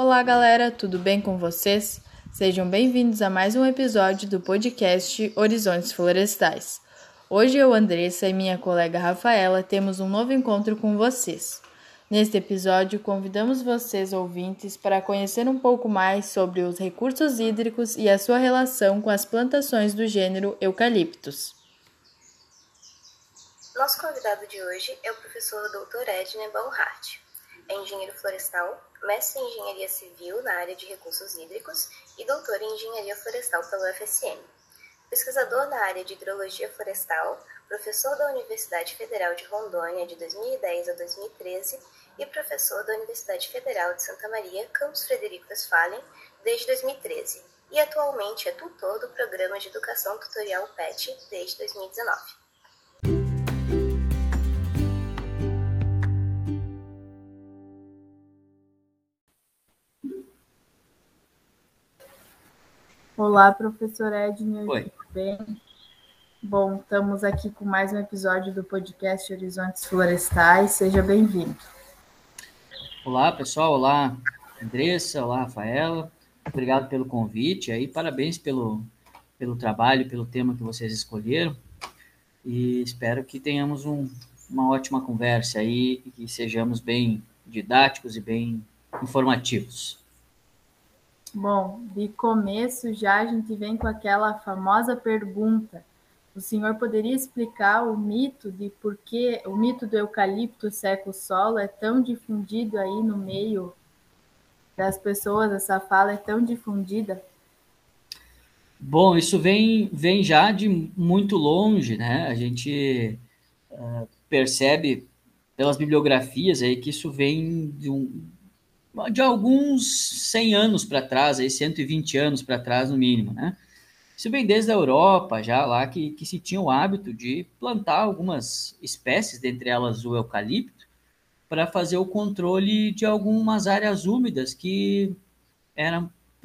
Olá, galera, tudo bem com vocês? Sejam bem-vindos a mais um episódio do podcast Horizontes Florestais. Hoje eu, Andressa e minha colega Rafaela temos um novo encontro com vocês. Neste episódio, convidamos vocês, ouvintes, para conhecer um pouco mais sobre os recursos hídricos e a sua relação com as plantações do gênero Eucaliptus. Nosso convidado de hoje é o professor Dr. Edner Baumhart. É engenheiro florestal, mestre em engenharia civil na área de recursos hídricos e doutor em engenharia florestal pela UFSM. Pesquisador na área de hidrologia florestal, professor da Universidade Federal de Rondônia de 2010 a 2013 e professor da Universidade Federal de Santa Maria, Campus Frederico Westphalen, desde 2013. E atualmente é tutor do Programa de Educação Tutorial PET desde 2019. Olá, professor Edner, Oi. tudo bem? Bom, estamos aqui com mais um episódio do podcast Horizontes Florestais. Seja bem-vindo. Olá, pessoal. Olá, Andressa. Olá, Rafaela. Obrigado pelo convite. Aí, parabéns pelo trabalho, pelo tema que vocês escolheram. E espero que tenhamos uma ótima conversa aí e que sejamos bem didáticos e bem informativos. Bom, de começo já a gente vem com aquela famosa pergunta. O senhor poderia explicar o mito de por que o mito do eucalipto seca o solo é tão difundido aí no meio das pessoas? Essa fala é tão difundida? Bom, isso vem já de muito longe, né? A gente percebe pelas bibliografias aí que isso vem de alguns 100 anos para trás, aí 120 anos para trás no mínimo, né? Isso vem desde a Europa, já lá que se tinha o hábito de plantar algumas espécies, dentre elas o eucalipto, para fazer o controle de algumas áreas úmidas que eram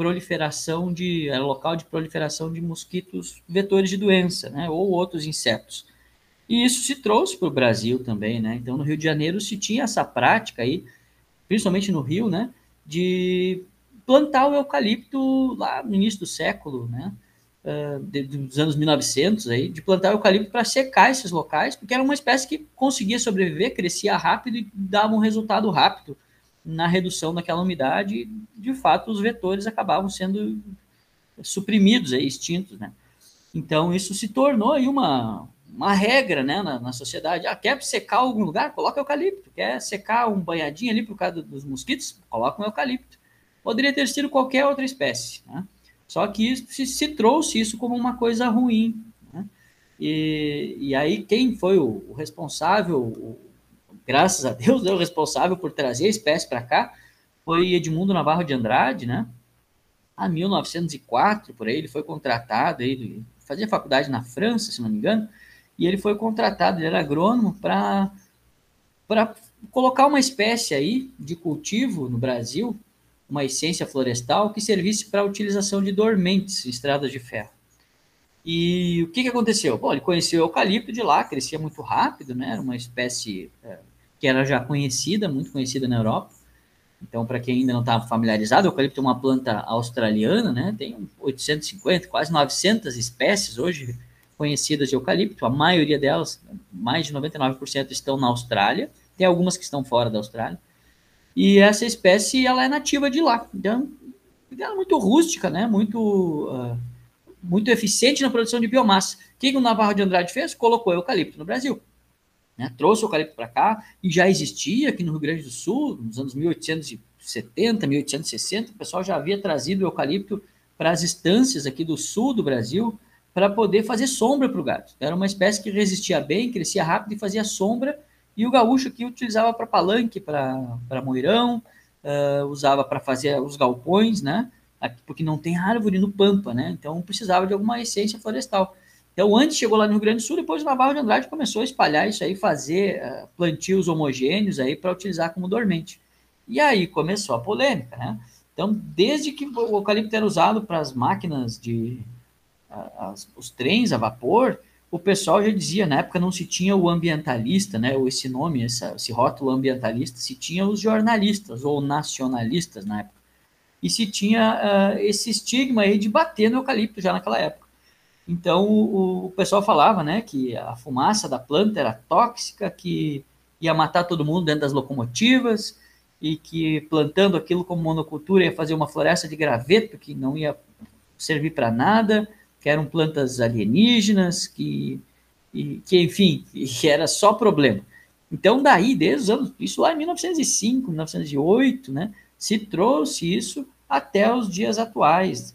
era local de proliferação de mosquitos vetores de doença, né? Ou outros insetos. E isso se trouxe para o Brasil também, né? Então, no Rio de Janeiro se tinha essa prática aí, principalmente no Rio, né, de plantar o eucalipto lá no início do século, né, dos anos 1900, aí, de plantar o eucalipto para secar esses locais, porque era uma espécie que conseguia sobreviver, crescia rápido e dava um resultado rápido na redução daquela umidade. E, de fato, os vetores acabavam sendo suprimidos, aí, extintos, né. Então, isso se tornou aí uma regra, né, na sociedade. Quer secar algum lugar? Coloca eucalipto. Quer secar um banhadinho ali por causa dos mosquitos? Coloca um eucalipto. Poderia ter sido qualquer outra espécie, né? Só que se trouxe isso como uma coisa ruim, né? E aí quem foi o responsável, graças a Deus, o responsável por trazer a espécie para cá, foi Edmundo Navarro de Andrade, né? Em 1904, por aí, ele foi contratado, ele fazia faculdade na França, se não me engano, e ele foi contratado, ele era agrônomo, para colocar uma espécie aí de cultivo no Brasil, uma essência florestal, que servisse para a utilização de dormentes em estradas de ferro. E o que aconteceu? Bom, ele conheceu o eucalipto de lá, crescia muito rápido, né? Era uma espécie que era já conhecida, muito conhecida na Europa. Então, para quem ainda não estava familiarizado, o eucalipto é uma planta australiana, né? Tem 850, quase 900 espécies hoje conhecidas de eucalipto. A maioria delas, mais de 99%, estão na Austrália. Tem algumas que estão fora da Austrália. E essa espécie, ela é nativa de lá. Então, ela é muito rústica, né? Muito eficiente na produção de biomassa. O que o Navarro de Andrade fez? Colocou eucalipto no Brasil. Né, trouxe o eucalipto para cá, e já existia aqui no Rio Grande do Sul, nos anos 1870, 1860, o pessoal já havia trazido o eucalipto para as estâncias aqui do sul do Brasil, para poder fazer sombra para o gado. Era uma espécie que resistia bem, crescia rápido e fazia sombra, e o gaúcho aqui utilizava para palanque, para moirão, usava para fazer os galpões, né, porque não tem árvore no pampa, né, então precisava de alguma essência florestal. Então, antes chegou lá no Rio Grande do Sul, depois o Navarro de Andrade começou a espalhar isso aí, fazer plantios homogêneos aí para utilizar como dormente. E aí começou a polêmica, né? Então, desde que o eucalipto era usado para as máquinas os trens a vapor, o pessoal já dizia, na época não se tinha o ambientalista, né? Ou esse nome, esse rótulo ambientalista, se tinha os jornalistas ou nacionalistas na época. e se tinha esse estigma aí de bater no eucalipto já naquela época. Então, o pessoal falava, né, que a fumaça da planta era tóxica, que ia matar todo mundo dentro das locomotivas, e que plantando aquilo como monocultura ia fazer uma floresta de graveto que não ia servir para nada, que eram plantas alienígenas, que enfim, que era só problema. Então, daí, desde os anos, isso lá em 1905, 1908, né, se trouxe isso até os dias atuais.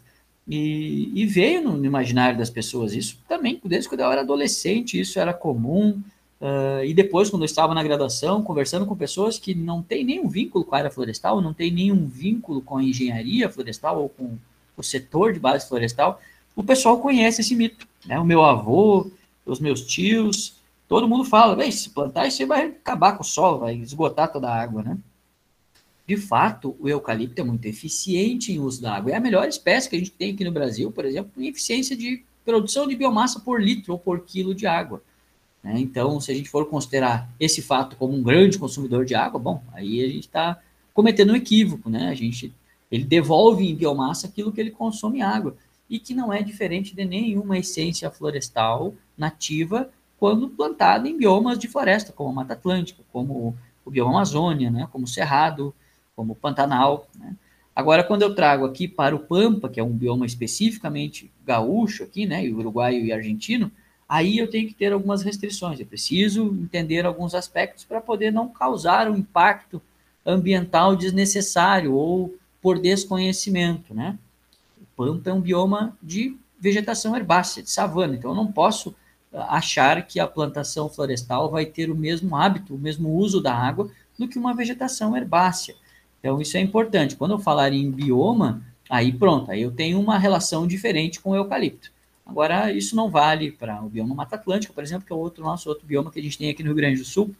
E veio no imaginário das pessoas isso também, desde quando eu era adolescente, isso era comum. E depois, quando eu estava na graduação, conversando com pessoas que não têm nenhum vínculo com a área florestal, não têm nenhum vínculo com a engenharia florestal ou com o setor de base florestal, o pessoal conhece esse mito. Né? O meu avô, os meus tios, todo mundo fala, se plantar isso vai acabar com o solo, vai esgotar toda a água, né? De fato, o eucalipto é muito eficiente em uso da água. É a melhor espécie que a gente tem aqui no Brasil, por exemplo, em eficiência de produção de biomassa por litro ou por quilo de água. Né? Então, se a gente for considerar esse fato como um grande consumidor de água, bom, aí a gente está cometendo um equívoco, né? Ele devolve em biomassa aquilo que ele consome em água, e que não é diferente de nenhuma essência florestal nativa quando plantada em biomas de floresta, como a Mata Atlântica, como o bioma Amazônia, né? Como o Cerrado, como o Pantanal. Né? Agora, quando eu trago aqui para o Pampa, que é um bioma especificamente gaúcho aqui, né? E uruguaio e argentino, aí eu tenho que ter algumas restrições. Eu preciso entender alguns aspectos para poder não causar um impacto ambiental desnecessário ou por desconhecimento, né? O Pampa é um bioma de vegetação herbácea, de savana, então eu não posso achar que a plantação florestal vai ter o mesmo hábito, o mesmo uso da água do que uma vegetação herbácea. Então isso é importante. Quando eu falar em bioma, aí pronto, aí eu tenho uma relação diferente com o eucalipto. Agora, isso não vale para o bioma Mata Atlântica, por exemplo, que é nosso outro bioma que a gente tem aqui no Rio Grande do Sul.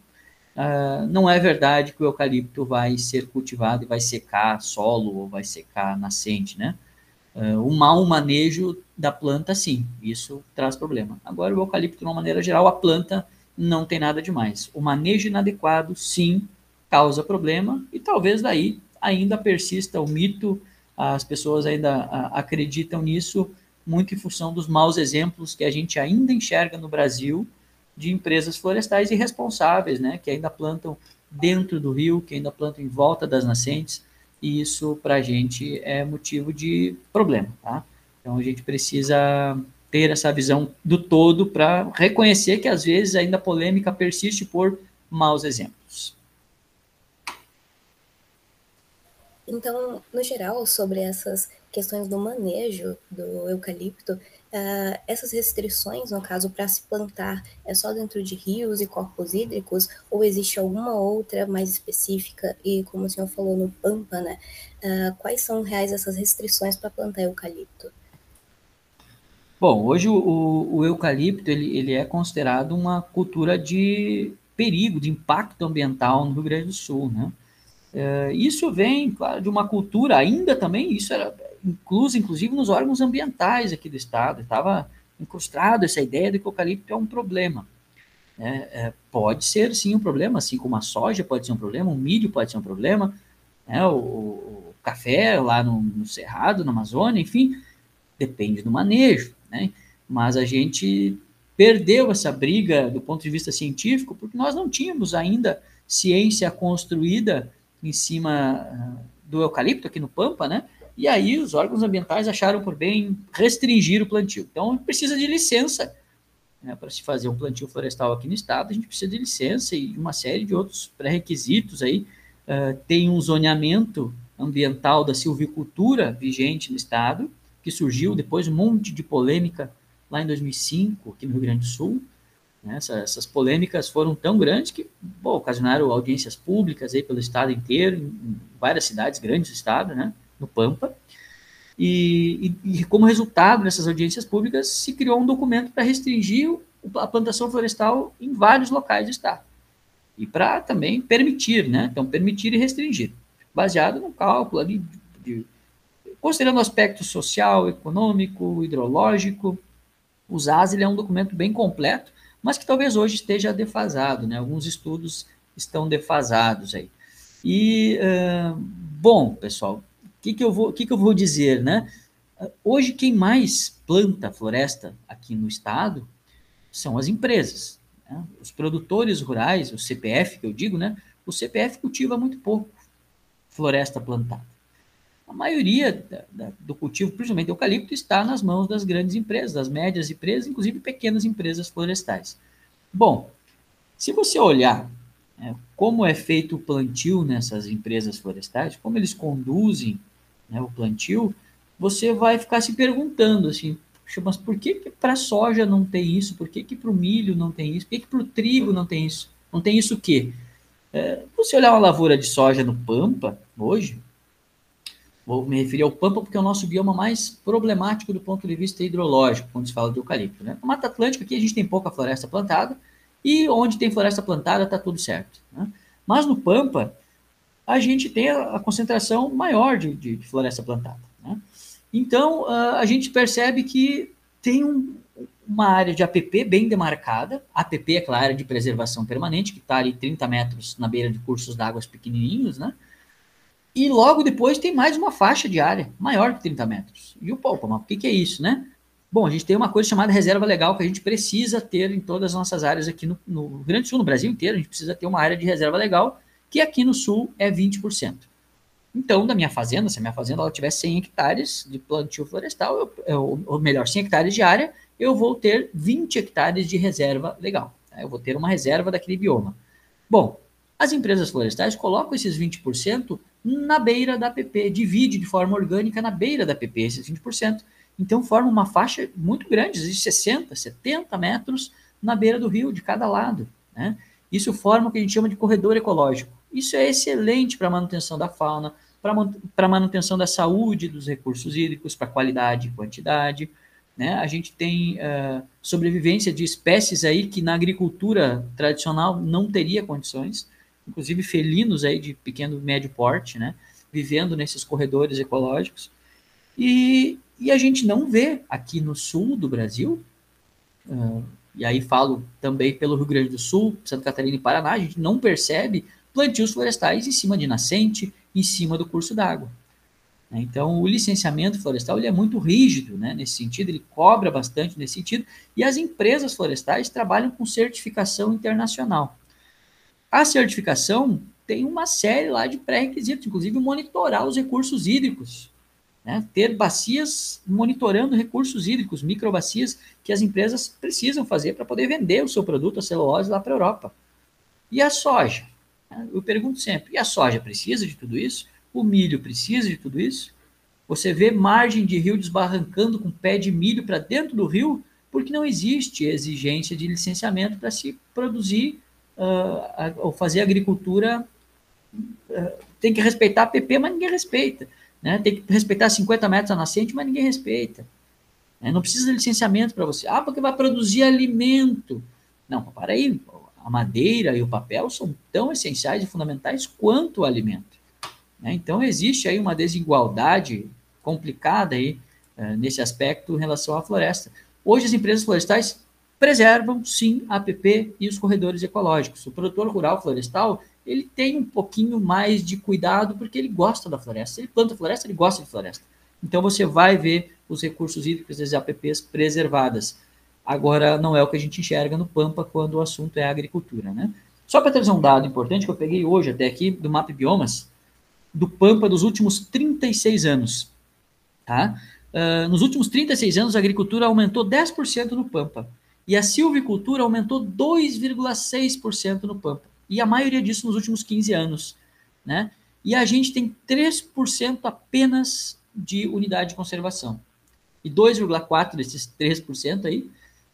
Não é verdade que o eucalipto vai ser cultivado e vai secar solo ou vai secar nascente, né? O mau manejo da planta, sim, isso traz problema. Agora, o eucalipto, de uma maneira geral, a planta não tem nada demais. O manejo inadequado, sim, causa problema, e talvez daí ainda persista o mito, as pessoas ainda acreditam nisso, muito em função dos maus exemplos que a gente ainda enxerga no Brasil de empresas florestais irresponsáveis, né, que ainda plantam dentro do rio, que ainda plantam em volta das nascentes, e isso para a gente é motivo de problema, tá? Então a gente precisa ter essa visão do todo para reconhecer que às vezes ainda a polêmica persiste por maus exemplos. Então, no geral, sobre essas questões do manejo do eucalipto, essas restrições, no caso, para se plantar, é só dentro de rios e corpos hídricos, ou existe alguma outra mais específica? E como o senhor falou no Pampa, né? Quais são reais essas restrições para plantar eucalipto? Bom, hoje o eucalipto ele é considerado uma cultura de perigo, de impacto ambiental no Rio Grande do Sul, né? Isso vem, claro, de uma cultura, ainda também, isso era incluso, inclusive, nos órgãos ambientais aqui do estado, estava incrustado essa ideia de que o eucalipto é um problema. Né? Pode ser, sim, um problema, assim como a soja pode ser um problema, o milho pode ser um problema, né? O café lá no Cerrado, na Amazônia, enfim, depende do manejo, né? Mas a gente perdeu essa briga do ponto de vista científico porque nós não tínhamos ainda ciência construída em cima do eucalipto aqui no Pampa, né? E aí os órgãos ambientais acharam por bem restringir o plantio. Então precisa de licença, né, para se fazer um plantio florestal aqui no estado. A gente precisa de licença e uma série de outros pré-requisitos aí. Tem um zoneamento ambiental da silvicultura vigente no estado, que surgiu depois de um monte de polêmica lá em 2005, aqui no Rio Grande do Sul. Né? Essas polêmicas foram tão grandes que ocasionaram audiências públicas aí pelo estado inteiro, em várias cidades grandes do estado, né? No Pampa. E como resultado dessas audiências públicas, se criou um documento para restringir a plantação florestal em vários locais do estado. E para também permitir, né? Então, permitir e restringir, baseado no cálculo ali, considerando o aspecto social, econômico, hidrológico. O ZAS ele é um documento bem completo, mas que talvez hoje esteja defasado, né? Alguns estudos estão defasados aí. E, bom, pessoal, que eu vou dizer, né? Hoje, quem mais planta floresta aqui no estado são as empresas, né? Os produtores rurais, o CPF, que eu digo, né? O CPF cultiva muito pouco floresta plantada. A maioria do cultivo, principalmente do eucalipto, está nas mãos das grandes empresas, das médias empresas, inclusive pequenas empresas florestais. Bom, se você olhar como é feito o plantio nessas empresas florestais, como eles conduzem, né, o plantio, você vai ficar se perguntando assim, mas por que para a soja não tem isso? Por que para o milho não tem isso? Por que para o trigo não tem isso? Não tem isso o quê? Você olhar uma lavoura de soja no Pampa, hoje, vou me referir ao Pampa porque é o nosso bioma mais problemático do ponto de vista hidrológico, quando se fala de eucalipto. Né? Na Mata Atlântica, aqui a gente tem pouca floresta plantada, e onde tem floresta plantada está tudo certo. Né? Mas no Pampa, a gente tem a concentração maior de floresta plantada. Né? Então, a gente percebe que tem uma área de APP bem demarcada. APP é aquela área de preservação permanente, que está ali 30 metros na beira de cursos d'água pequenininhos, né? E logo depois tem mais uma faixa de área, maior que 30 metros. E o Pampa, mas o que é isso, né? Bom, a gente tem uma coisa chamada reserva legal que a gente precisa ter em todas as nossas áreas aqui no Rio Grande do Sul, no Brasil inteiro, a gente precisa ter uma área de reserva legal, que aqui no Sul é 20%. Então, da minha fazenda, se a minha fazenda ela tiver 100 hectares de plantio florestal, ou melhor, 100 hectares de área, eu vou ter 20 hectares de reserva legal. Tá? Eu vou ter uma reserva daquele bioma. Bom, as empresas florestais colocam esses 20% na beira da APP, divide de forma orgânica na beira da APP esses 20%. Então forma uma faixa muito grande, de 60, 70 metros na beira do rio, de cada lado. Né? Isso forma o que a gente chama de corredor ecológico. Isso é excelente para a manutenção da fauna, para a manutenção da saúde dos recursos hídricos, para qualidade e quantidade. Né? A gente tem sobrevivência de espécies aí que na agricultura tradicional não teria condições, inclusive felinos aí de pequeno e médio porte, né? Vivendo nesses corredores ecológicos. E a gente não vê aqui no sul do Brasil, e aí falo também pelo Rio Grande do Sul, Santa Catarina e Paraná, a gente não percebe plantios florestais em cima de nascente, em cima do curso d'água. Então, o licenciamento florestal ele é muito rígido, né, nesse sentido, ele cobra bastante nesse sentido, e as empresas florestais trabalham com certificação internacional. A certificação tem uma série lá de pré-requisitos, inclusive monitorar os recursos hídricos, né, ter bacias monitorando recursos hídricos, microbacias que as empresas precisam fazer para poder vender o seu produto, a celulose, lá para a Europa. E a soja? Eu pergunto sempre, e a soja precisa de tudo isso? O milho precisa de tudo isso? Você vê margem de rio desbarrancando com pé de milho para dentro do rio, porque não existe exigência de licenciamento para se produzir ou fazer agricultura. Tem que respeitar a PP, mas ninguém respeita. Né? Tem que respeitar 50 metros a nascente, mas ninguém respeita. Não precisa de licenciamento para você. Porque vai produzir alimento. Não, para aí. A madeira e o papel são tão essenciais e fundamentais quanto o alimento. Então, existe aí uma desigualdade complicada aí, nesse aspecto em relação à floresta. Hoje, as empresas florestais preservam, sim, a APP e os corredores ecológicos. O produtor rural florestal, ele tem um pouquinho mais de cuidado porque ele gosta da floresta. Ele planta floresta, ele gosta de floresta. Então, você vai ver os recursos hídricos das APPs preservadas. Agora, não é o que a gente enxerga no Pampa quando o assunto é a agricultura. Né? Só para trazer um dado importante que eu peguei hoje até aqui do Map Biomas, do Pampa dos últimos 36 anos. Tá? Nos últimos 36 anos, a agricultura aumentou 10% no Pampa. E a silvicultura aumentou 2,6% no Pampa. E a maioria disso nos últimos 15 anos. Né? E a gente tem 3% apenas de unidade de conservação. E 2,4% desses 3% aí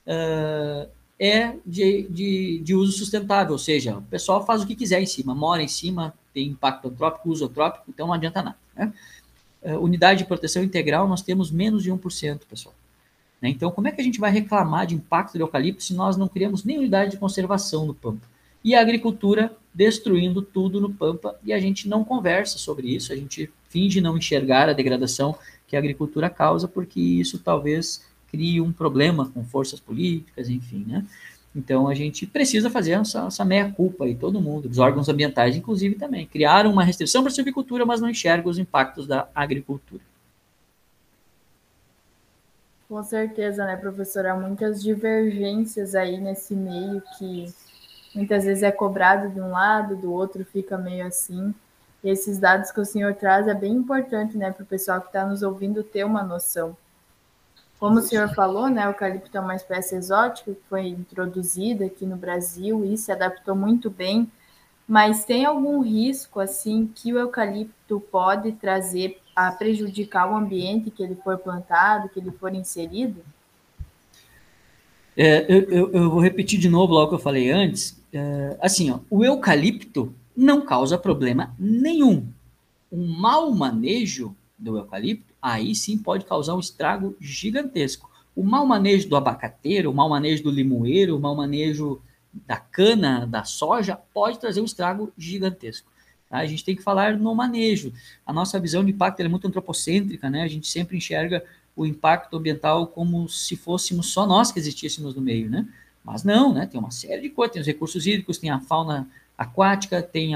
é de uso sustentável, ou seja, o pessoal faz o que quiser em cima, mora em cima, tem impacto antrópico, uso antrópico, então não adianta nada. Né? Unidade de proteção integral, nós temos menos de 1%, pessoal. Né? Então, como é que a gente vai reclamar de impacto do eucalipto se nós não criamos nem unidade de conservação no Pampa? E a agricultura destruindo tudo no Pampa, e a gente não conversa sobre isso, a gente finge não enxergar a degradação que a agricultura causa, porque isso talvez crie um problema com forças políticas, enfim, né? Então, a gente precisa fazer essa meia-culpa aí, todo mundo, os órgãos ambientais, inclusive, também. Criaram uma restrição para a silvicultura, mas não enxergam os impactos da agricultura. Com certeza, né, professora? Há muitas divergências aí nesse meio que muitas vezes é cobrado de um lado, do outro fica meio assim. E esses dados que o senhor traz é bem importante, né, para o pessoal que está nos ouvindo ter uma noção. Como o senhor falou, né, o eucalipto é uma espécie exótica que foi introduzida aqui no Brasil e se adaptou muito bem, mas tem algum risco assim que o eucalipto pode trazer a prejudicar o ambiente que ele for plantado, que ele for inserido? Eu vou repetir de novo lá o que eu falei antes. Assim, ó, o eucalipto não causa problema nenhum. Um mau manejo do eucalipto, aí sim pode causar um estrago gigantesco. O mau manejo do abacateiro, o mau manejo do limoeiro, o mau manejo da cana, da soja, pode trazer um estrago gigantesco. Tá? A gente tem que falar no manejo. A nossa visão de impacto é muito antropocêntrica, né? A gente sempre enxerga o impacto ambiental como se fôssemos só nós que existíssemos no meio, né? Mas não, né? Tem uma série de coisas, tem os recursos hídricos, tem a fauna aquática, tem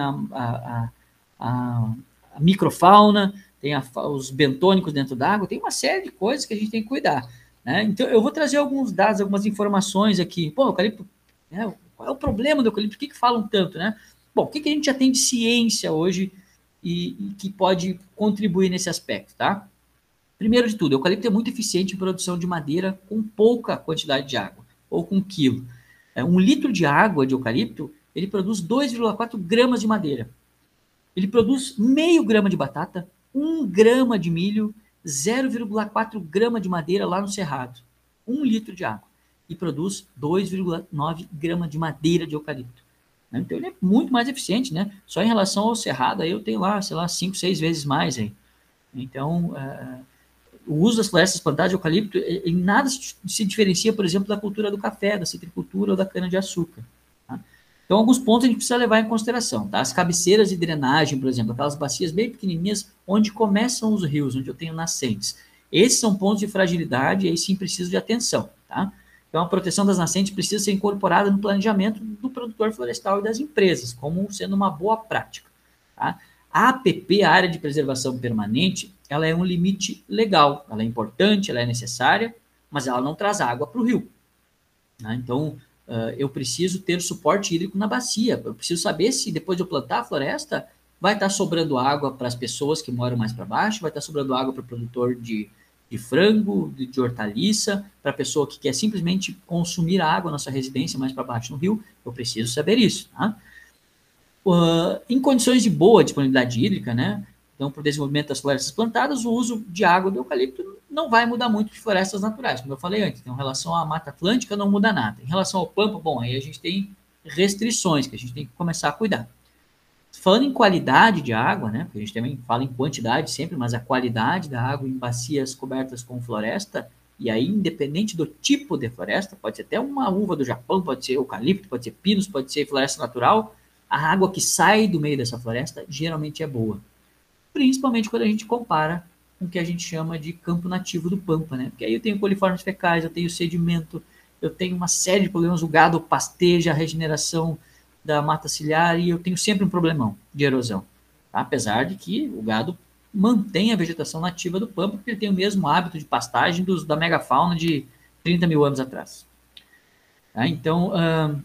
a microfauna, tem os bentônicos dentro d'água, tem uma série de coisas que a gente tem que cuidar. Né? Então, eu vou trazer alguns dados, algumas informações aqui. Pô, eucalipto, né? Qual é o problema do eucalipto? Por que falam tanto? Né? Bom, o que a gente já tem de ciência hoje e que pode contribuir nesse aspecto? Tá? Primeiro de tudo, o eucalipto é muito eficiente em produção de madeira com pouca quantidade de água, ou com 1 quilo. 1 litro de água de eucalipto, ele produz 2,4 gramas de madeira. Ele produz meio grama de batata, 1 grama de milho, 0,4 grama de madeira lá no cerrado. 1 litro de água. E produz 2,9 grama de madeira de eucalipto. Então ele é muito mais eficiente, né? Só em relação ao cerrado, aí eu tenho lá, sei lá, 5, 6 vezes mais aí. Então, o uso das florestas plantadas de eucalipto em nada se diferencia, por exemplo, da cultura do café, da citricultura ou da cana-de-açúcar. Tá? Então, alguns pontos a gente precisa levar em consideração. Tá? As cabeceiras de drenagem, por exemplo, aquelas bacias bem pequenininhas onde começam os rios, onde eu tenho nascentes. Esses são pontos de fragilidade e aí sim preciso de atenção. Tá? Então, a proteção das nascentes precisa ser incorporada no planejamento do produtor florestal e das empresas, como sendo uma boa prática. Tá? A APP, a Área de Preservação Permanente, ela é um limite legal, ela é importante, ela é necessária, mas ela não traz água para o rio. Né? Então, eu preciso ter suporte hídrico na bacia, eu preciso saber se depois de eu plantar a floresta, vai estar sobrando água para as pessoas que moram mais para baixo, vai estar sobrando água para o produtor de frango, de hortaliça, para a pessoa que quer simplesmente consumir a água na sua residência mais para baixo no rio, eu preciso saber isso. Tá? Em condições de boa disponibilidade hídrica, né? Então, para o desenvolvimento das florestas plantadas, o uso de água do eucalipto não vai mudar muito de florestas naturais, como eu falei antes. Então, em relação à Mata Atlântica, não muda nada. Em relação ao Pampa, bom, aí a gente tem restrições que a gente tem que começar a cuidar. Falando em qualidade de água, né? Porque a gente também fala em quantidade sempre, mas a qualidade da água em bacias cobertas com floresta, e aí, independente do tipo de floresta, pode ser até uma uva do Japão, pode ser eucalipto, pode ser pinos, pode ser floresta natural, a água que sai do meio dessa floresta geralmente é boa. Principalmente quando a gente compara com o que a gente chama de campo nativo do Pampa, né? Porque aí eu tenho coliformes fecais, eu tenho sedimento, eu tenho uma série de problemas, o gado pasteja, a regeneração da mata ciliar e eu tenho sempre um problemão de erosão. Tá? Apesar de que o gado mantém a vegetação nativa do Pampa, porque ele tem o mesmo hábito de pastagem da megafauna de 30 mil anos atrás. Tá? Então,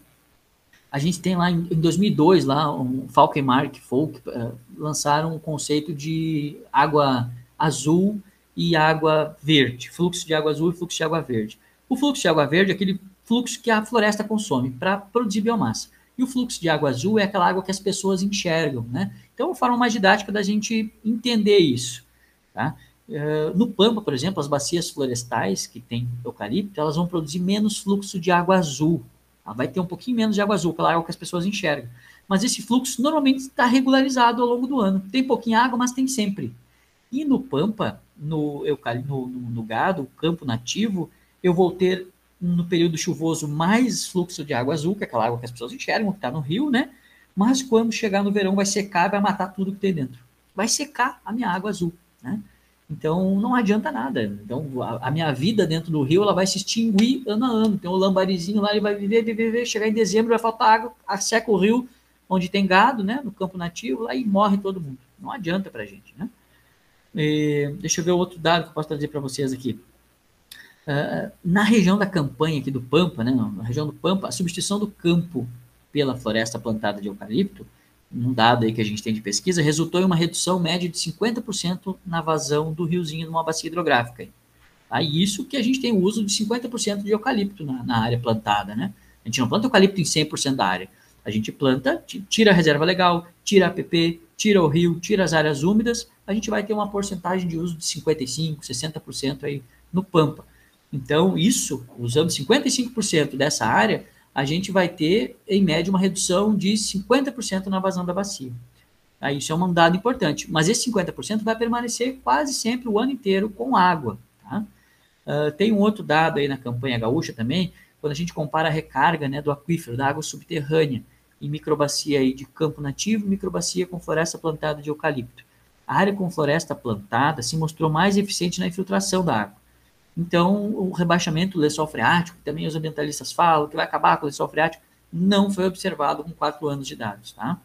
a gente tem lá em 2002, lá, Falkenmark Folk lançaram um conceito de água azul e água verde, fluxo de água azul e fluxo de água verde. O fluxo de água verde é aquele fluxo que a floresta consome para produzir biomassa. E o fluxo de água azul é aquela água que as pessoas enxergam, né? Então, é uma forma mais didática da gente entender isso, tá? No Pampa, por exemplo, as bacias florestais que tem eucalipto, elas vão produzir menos fluxo de água azul. Ela vai ter um pouquinho menos de água azul, aquela água que as pessoas enxergam. Mas esse fluxo normalmente está regularizado ao longo do ano. Tem pouquinha água, mas tem sempre. E no Pampa, no gado, campo nativo, eu vou ter, no período chuvoso, mais fluxo de água azul, que é aquela água que as pessoas enxergam, que está no rio, né? Mas quando chegar no verão vai secar, vai matar tudo que tem dentro. Vai secar a minha água azul, né? Então, não adianta nada. Então, a minha vida dentro do rio, ela vai se extinguir ano a ano. Tem o lambarizinho lá, ele vai viver, chegar em dezembro, vai faltar água, seca o rio, onde tem gado, né, no campo nativo, lá e morre todo mundo. Não adianta pra gente, né? Deixa eu ver outro dado que eu posso trazer para vocês aqui. Na região da campanha aqui do Pampa, né, na região do Pampa, a substituição do campo pela floresta plantada de eucalipto, um dado aí que a gente tem de pesquisa, resultou em uma redução média de 50% na vazão do riozinho numa bacia hidrográfica. Aí isso que a gente tem o uso de 50% de eucalipto na área plantada, né? A gente não planta eucalipto em 100% da área. A gente planta, tira a reserva legal, tira a APP, tira o rio, tira as áreas úmidas, a gente vai ter uma porcentagem de uso de 55%, 60% aí no Pampa. Então, isso, usando 55% dessa área, a gente vai ter, em média, uma redução de 50% na vazão da bacia. Aí, isso é um dado importante. Mas esse 50% vai permanecer quase sempre o ano inteiro com água. Tá? Tem um outro dado aí na campanha gaúcha também, quando a gente compara a recarga, né, do aquífero, da água subterrânea, em microbacia aí de campo nativo e microbacia com floresta plantada de eucalipto. A área com floresta plantada se mostrou mais eficiente na infiltração da água. Então, o rebaixamento do lençol freático, que também os ambientalistas falam que vai acabar com o lençol freático, não foi observado com 4 anos de dados. Tá?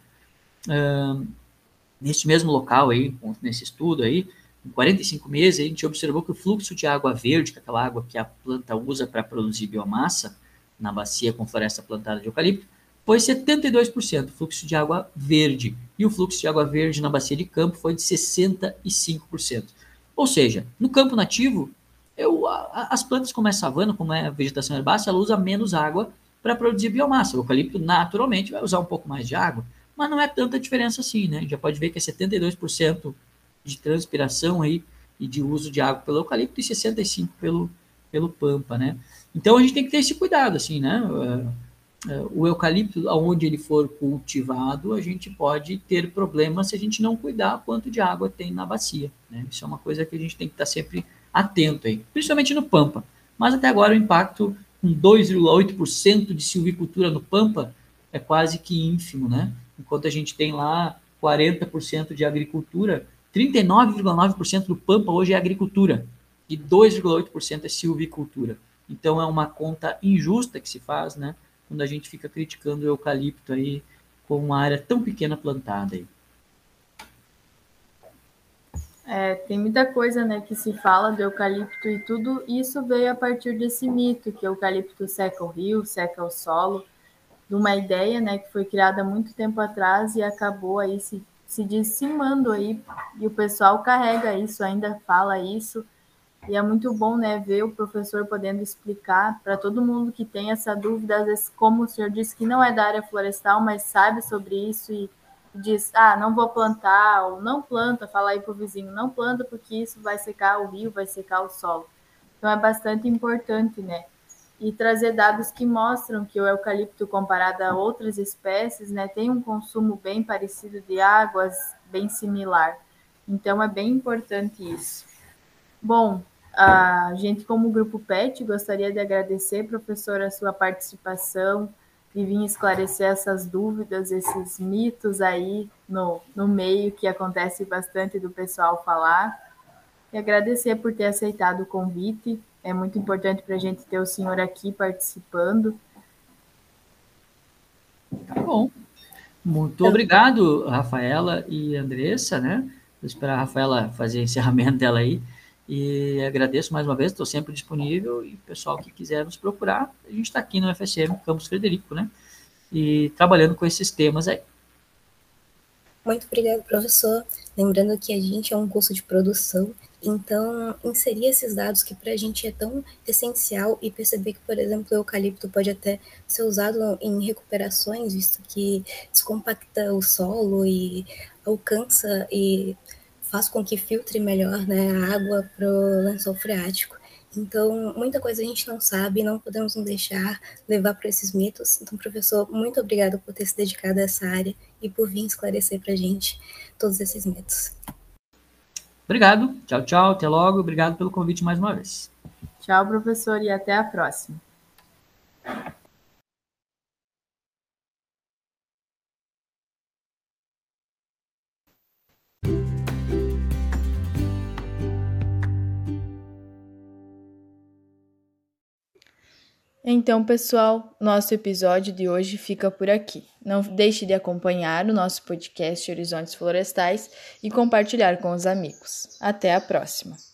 Nesse mesmo local, aí, nesse estudo, aí, em 45 meses, a gente observou que o fluxo de água verde, que é aquela água que a planta usa para produzir biomassa, na bacia com floresta plantada de eucalipto, foi 72% fluxo de água verde. E o fluxo de água verde na bacia de campo foi de 65%. Ou seja, no campo nativo, as plantas como é savana, como é vegetação herbácea, ela usa menos água para produzir biomassa. O eucalipto naturalmente vai usar um pouco mais de água, mas não é tanta diferença assim, né? A gente já pode ver que é 72% de transpiração aí e de uso de água pelo eucalipto e 65% pelo pampa, né? Então a gente tem que ter esse cuidado, assim, né? O eucalipto, aonde ele for cultivado, a gente pode ter problemas se a gente não cuidar quanto de água tem na bacia, né? Isso é uma coisa que a gente tem que estar sempre atento aí, principalmente no pampa. Mas até agora o impacto com 2,8% de silvicultura no pampa é quase que ínfimo, né? Enquanto a gente tem lá 40% de agricultura, 39,9% do pampa hoje é agricultura e 2,8% é silvicultura. Então é uma conta injusta que se faz, né? Quando a gente fica criticando o eucalipto aí com uma área tão pequena plantada aí. Tem muita coisa, né, que se fala do eucalipto e tudo isso veio a partir desse mito que o eucalipto seca o rio, seca o solo, de uma ideia, né, que foi criada há muito tempo atrás e acabou aí se dizimando aí, e o pessoal carrega isso, ainda fala isso, e é muito bom, né, ver o professor podendo explicar para todo mundo que tem essa dúvida, às vezes, como o senhor disse que não é da área florestal, mas sabe sobre isso e diz, não vou plantar, ou não planta, fala aí para o vizinho, não planta porque isso vai secar o rio, vai secar o solo. Então é bastante importante, né? E trazer dados que mostram que o eucalipto, comparado a outras espécies, né, tem um consumo bem parecido de águas, bem similar. Então é bem importante isso. Bom, a gente, como Grupo PET, gostaria de agradecer, professor, a sua participação e vir esclarecer essas dúvidas, esses mitos aí no meio, que acontece bastante do pessoal falar. E agradecer por ter aceitado o convite. É muito importante para a gente ter o senhor aqui participando. Tá bom. Muito obrigado, Rafaela e Andressa, né? Vou esperar a Rafaela fazer o encerramento dela aí. E agradeço mais uma vez, estou sempre disponível. E o pessoal que quiser nos procurar, a gente está aqui no FSM Campus Frederico, né? E trabalhando com esses temas aí. Muito obrigada, professor. Lembrando que a gente é um curso de produção, então inserir esses dados que para a gente é tão essencial e perceber que, por exemplo, o eucalipto pode até ser usado em recuperações, visto que descompacta o solo e alcança e faz com que filtre melhor, né, a água para o lençol freático. Então, muita coisa a gente não sabe, não podemos nos deixar levar por esses mitos. Então, professor, muito obrigado por ter se dedicado a essa área e por vir esclarecer para a gente todos esses mitos. Obrigado. Tchau, tchau. Até logo. Obrigado pelo convite mais uma vez. Tchau, professor, e até a próxima. Então, pessoal, nosso episódio de hoje fica por aqui. Não deixe de acompanhar o nosso podcast Horizontes Florestais e compartilhar com os amigos. Até a próxima!